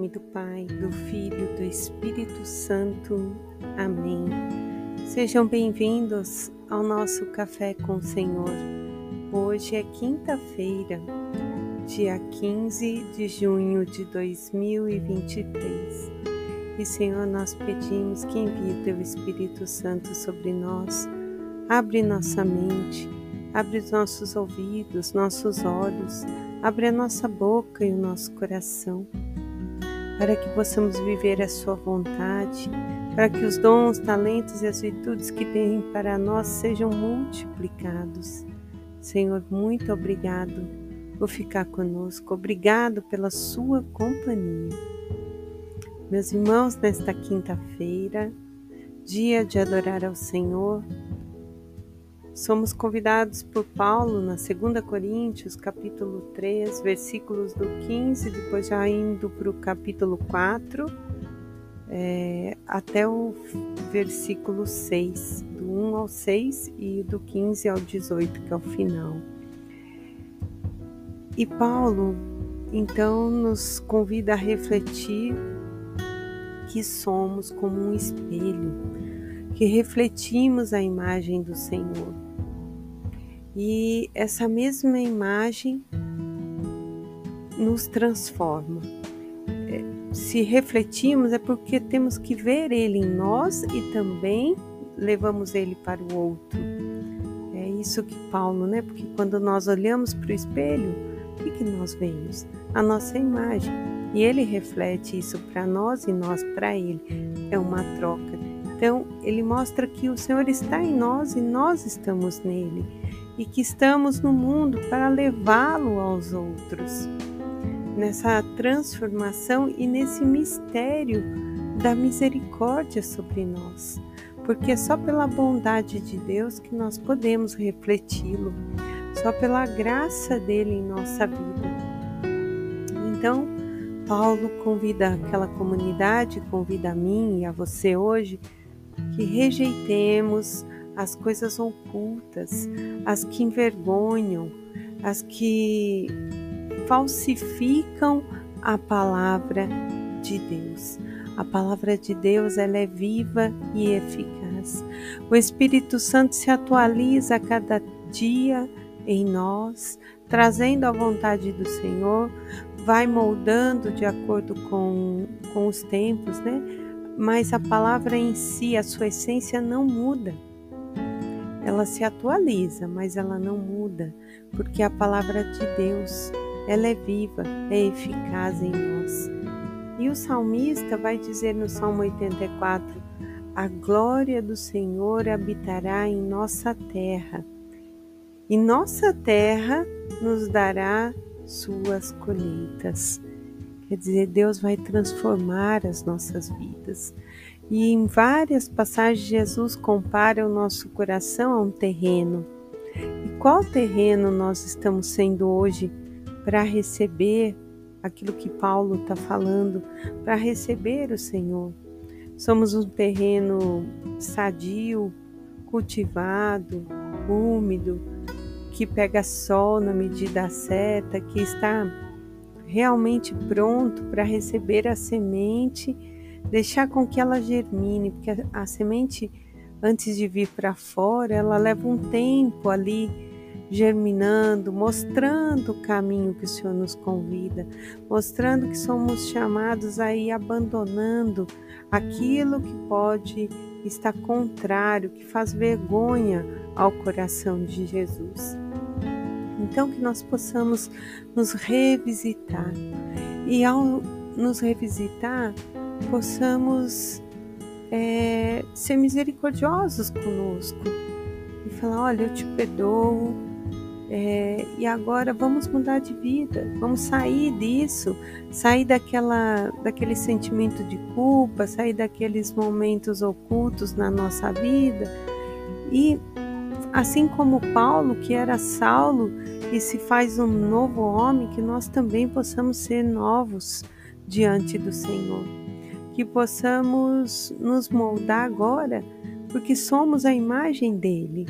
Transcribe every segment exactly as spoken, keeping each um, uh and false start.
nome do Pai, do Filho, do Espírito Santo. Amém. Sejam bem-vindos ao nosso Café com o Senhor. Hoje é quinta-feira, dia quinze de junho de dois mil e vinte e três. E, Senhor, nós pedimos que envie o Teu Espírito Santo sobre nós. Abre nossa mente, abre os nossos ouvidos, nossos olhos, abre a nossa boca e o nosso coração, para que possamos viver a Sua vontade, para que os dons, talentos e as virtudes que tem para nós sejam multiplicados. Senhor, muito obrigado por ficar conosco, obrigado pela Sua companhia. Meus irmãos, nesta quinta-feira, dia de adorar ao Senhor, somos convidados por Paulo na segunda Coríntios, capítulo três, versículos do quinze, depois já indo para o capítulo quatro, é, até o versículo seis, do um ao seis e do quinze ao dezoito, que é o final. E Paulo, então, nos convida a refletir que somos como um espelho, que refletimos a imagem do Senhor. E essa mesma imagem nos transforma. Se refletimos é porque temos que ver Ele em nós e também levamos Ele para o outro. É isso que Paulo, né? Porque quando nós olhamos para o espelho, o que, que nós vemos? A nossa imagem. E Ele reflete isso para nós e nós para Ele. É uma troca. Então, Ele mostra que o Senhor está em nós e nós estamos nele. E que estamos no mundo para levá-lo aos outros, nessa transformação e nesse mistério da misericórdia sobre nós, porque é só pela bondade de Deus que nós podemos refleti-lo, só pela graça dele em nossa vida. Então, Paulo convida aquela comunidade, convida a mim e a você hoje, que rejeitemos as coisas ocultas, as que envergonham, as que falsificam a palavra de Deus. A palavra de Deus, ela é viva e eficaz. O Espírito Santo se atualiza a cada dia em nós, trazendo a vontade do Senhor, vai moldando de acordo com, com os tempos, né? Mas a palavra em si, a sua essência não muda. Ela se atualiza, mas ela não muda, porque a palavra de Deus, ela é viva, é eficaz em nós. E o salmista vai dizer no Salmo oitenta e quatro, a glória do Senhor habitará em nossa terra, e nossa terra nos dará suas colheitas. Quer dizer, Deus vai transformar as nossas vidas. E em várias passagens Jesus compara o nosso coração a um terreno. E qual terreno nós estamos sendo hoje para receber aquilo que Paulo está falando, para receber o Senhor? Somos um terreno sadio, cultivado, úmido, que pega sol na medida certa, que está realmente pronto para receber a semente, deixar com que ela germine, porque a, a semente, antes de vir para fora, ela leva um tempo ali germinando, mostrando o caminho que o Senhor nos convida, mostrando que somos chamados a ir abandonando aquilo que pode estar contrário, que faz vergonha ao coração de Jesus. Então, que nós possamos nos revisitar e, ao nos revisitar, possamos é, ser misericordiosos conosco e falar, olha, eu te perdoo, é, e agora vamos mudar de vida, vamos sair disso, sair daquela, daquele sentimento de culpa, sair daqueles momentos ocultos na nossa vida e, assim como Paulo, que era Saulo, e se faz um novo homem, que nós também possamos ser novos diante do Senhor. Que possamos nos moldar agora, porque somos a imagem dele.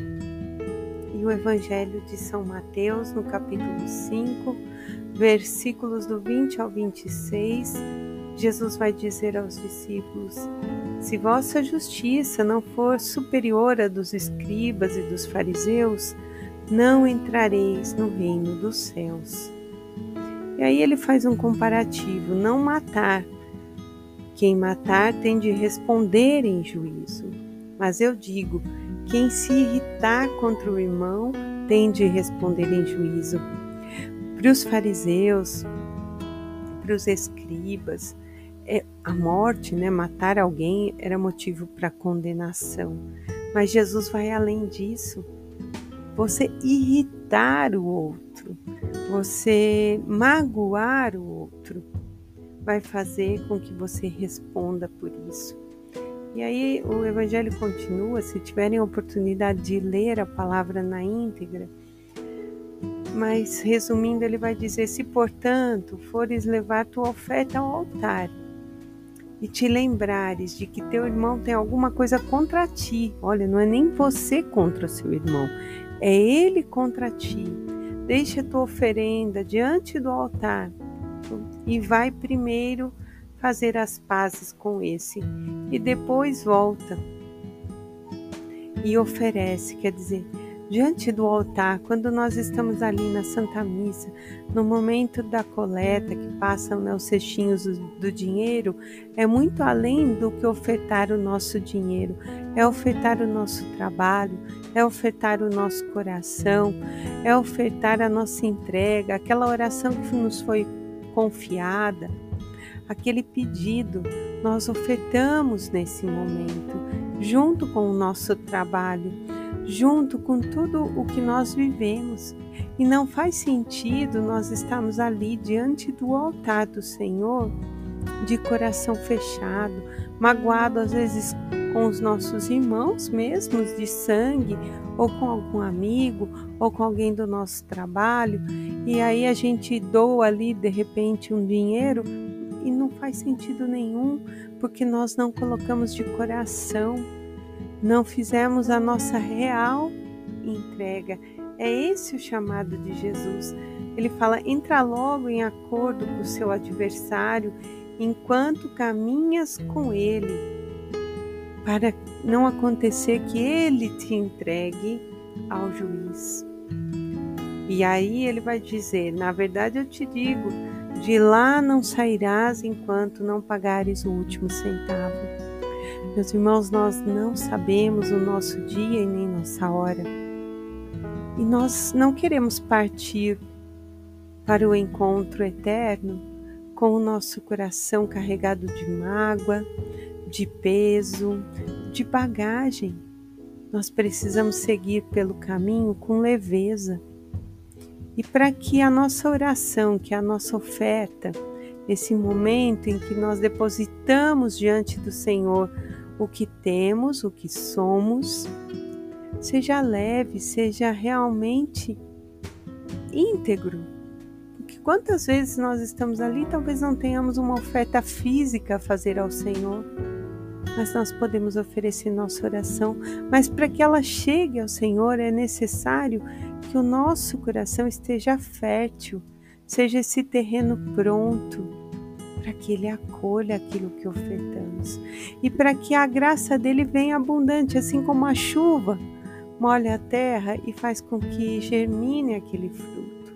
E o Evangelho de São Mateus, no capítulo cinco, versículos do vinte ao vinte e seis, Jesus vai dizer aos discípulos: se vossa justiça não for superior à dos escribas e dos fariseus, não entrareis no reino dos céus. E aí ele faz um comparativo: não matar. Quem matar tem de responder em juízo. Mas eu digo, quem se irritar contra o irmão tem de responder em juízo. Para os fariseus, para os escribas, é, a morte, né, matar alguém era motivo para condenação. Mas Jesus vai além disso. Você irritar o outro, você magoar o outro, vai fazer com que você responda por isso. E aí o Evangelho continua, se tiverem a oportunidade de ler a palavra na íntegra, mas resumindo ele vai dizer: se portanto fores levar tua oferta ao altar e te lembrares de que teu irmão tem alguma coisa contra ti, olha, não é nem você contra o seu irmão, é ele contra ti, deixa tua oferenda diante do altar e vai primeiro fazer as pazes com esse e depois volta e oferece. Quer dizer, diante do altar, quando nós estamos ali na Santa Missa, no momento da coleta que passam, né, os cestinhos do, do dinheiro, é muito além do que ofertar o nosso dinheiro, é ofertar o nosso trabalho, é ofertar o nosso coração, é ofertar a nossa entrega, aquela oração que nos foi confiada, aquele pedido, nós ofertamos nesse momento, junto com o nosso trabalho, junto com tudo o que nós vivemos. E não faz sentido nós estarmos ali diante do altar do Senhor, de coração fechado, magoado às vezes com os nossos irmãos mesmos de sangue, ou com algum amigo, ou com alguém do nosso trabalho, e aí a gente doa ali de repente um dinheiro e não faz sentido nenhum, porque nós não colocamos de coração, não fizemos a nossa real entrega. É esse o chamado de Jesus. Ele fala: entra logo em acordo com o seu adversário enquanto caminhas com ele, para não acontecer que ele te entregue ao juiz. E aí ele vai dizer: na verdade eu te digo, de lá não sairás enquanto não pagares o último centavo. Meus irmãos, nós não sabemos o nosso dia e nem nossa hora. E nós não queremos partir para o encontro eterno com o nosso coração carregado de mágoa, de peso, de bagagem. Nós precisamos seguir pelo caminho com leveza. E para que a nossa oração, que é a nossa oferta, esse momento em que nós depositamos diante do Senhor o que temos, o que somos, seja leve, seja realmente íntegro. Porque quantas vezes nós estamos ali, talvez não tenhamos uma oferta física a fazer ao Senhor, mas nós podemos oferecer nossa oração. Mas para que ela chegue ao Senhor é necessário que o nosso coração esteja fértil, seja esse terreno pronto, para que Ele acolha aquilo que ofertamos e para que a graça dele venha abundante, assim como a chuva molha a terra e faz com que germine aquele fruto.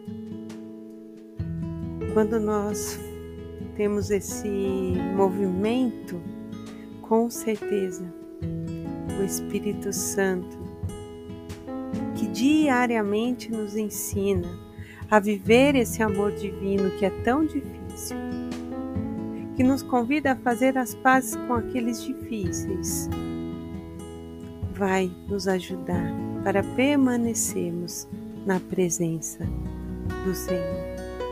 Quando nós temos esse movimento, com certeza o Espírito Santo, que diariamente nos ensina a viver esse amor divino que é tão difícil, que nos convida a fazer as pazes com aqueles difíceis, vai nos ajudar para permanecermos na presença do Senhor.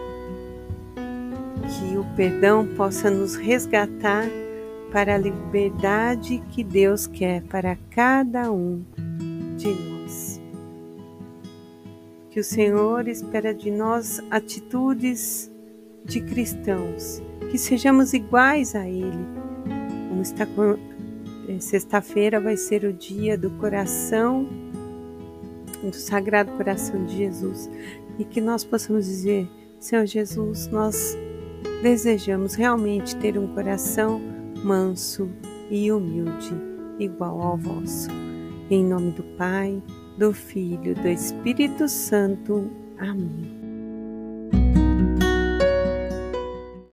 Que o perdão possa nos resgatar para a liberdade que Deus quer para cada um de nós. Que o Senhor espera de nós atitudes de cristãos, que sejamos iguais a Ele. Como está com... Sexta-feira vai ser o dia do coração, do Sagrado Coração de Jesus, e que nós possamos dizer: Senhor Jesus, nós desejamos realmente ter um coração manso e humilde, igual ao vosso. Em nome do Pai, do Filho e do Espírito Santo. Amém.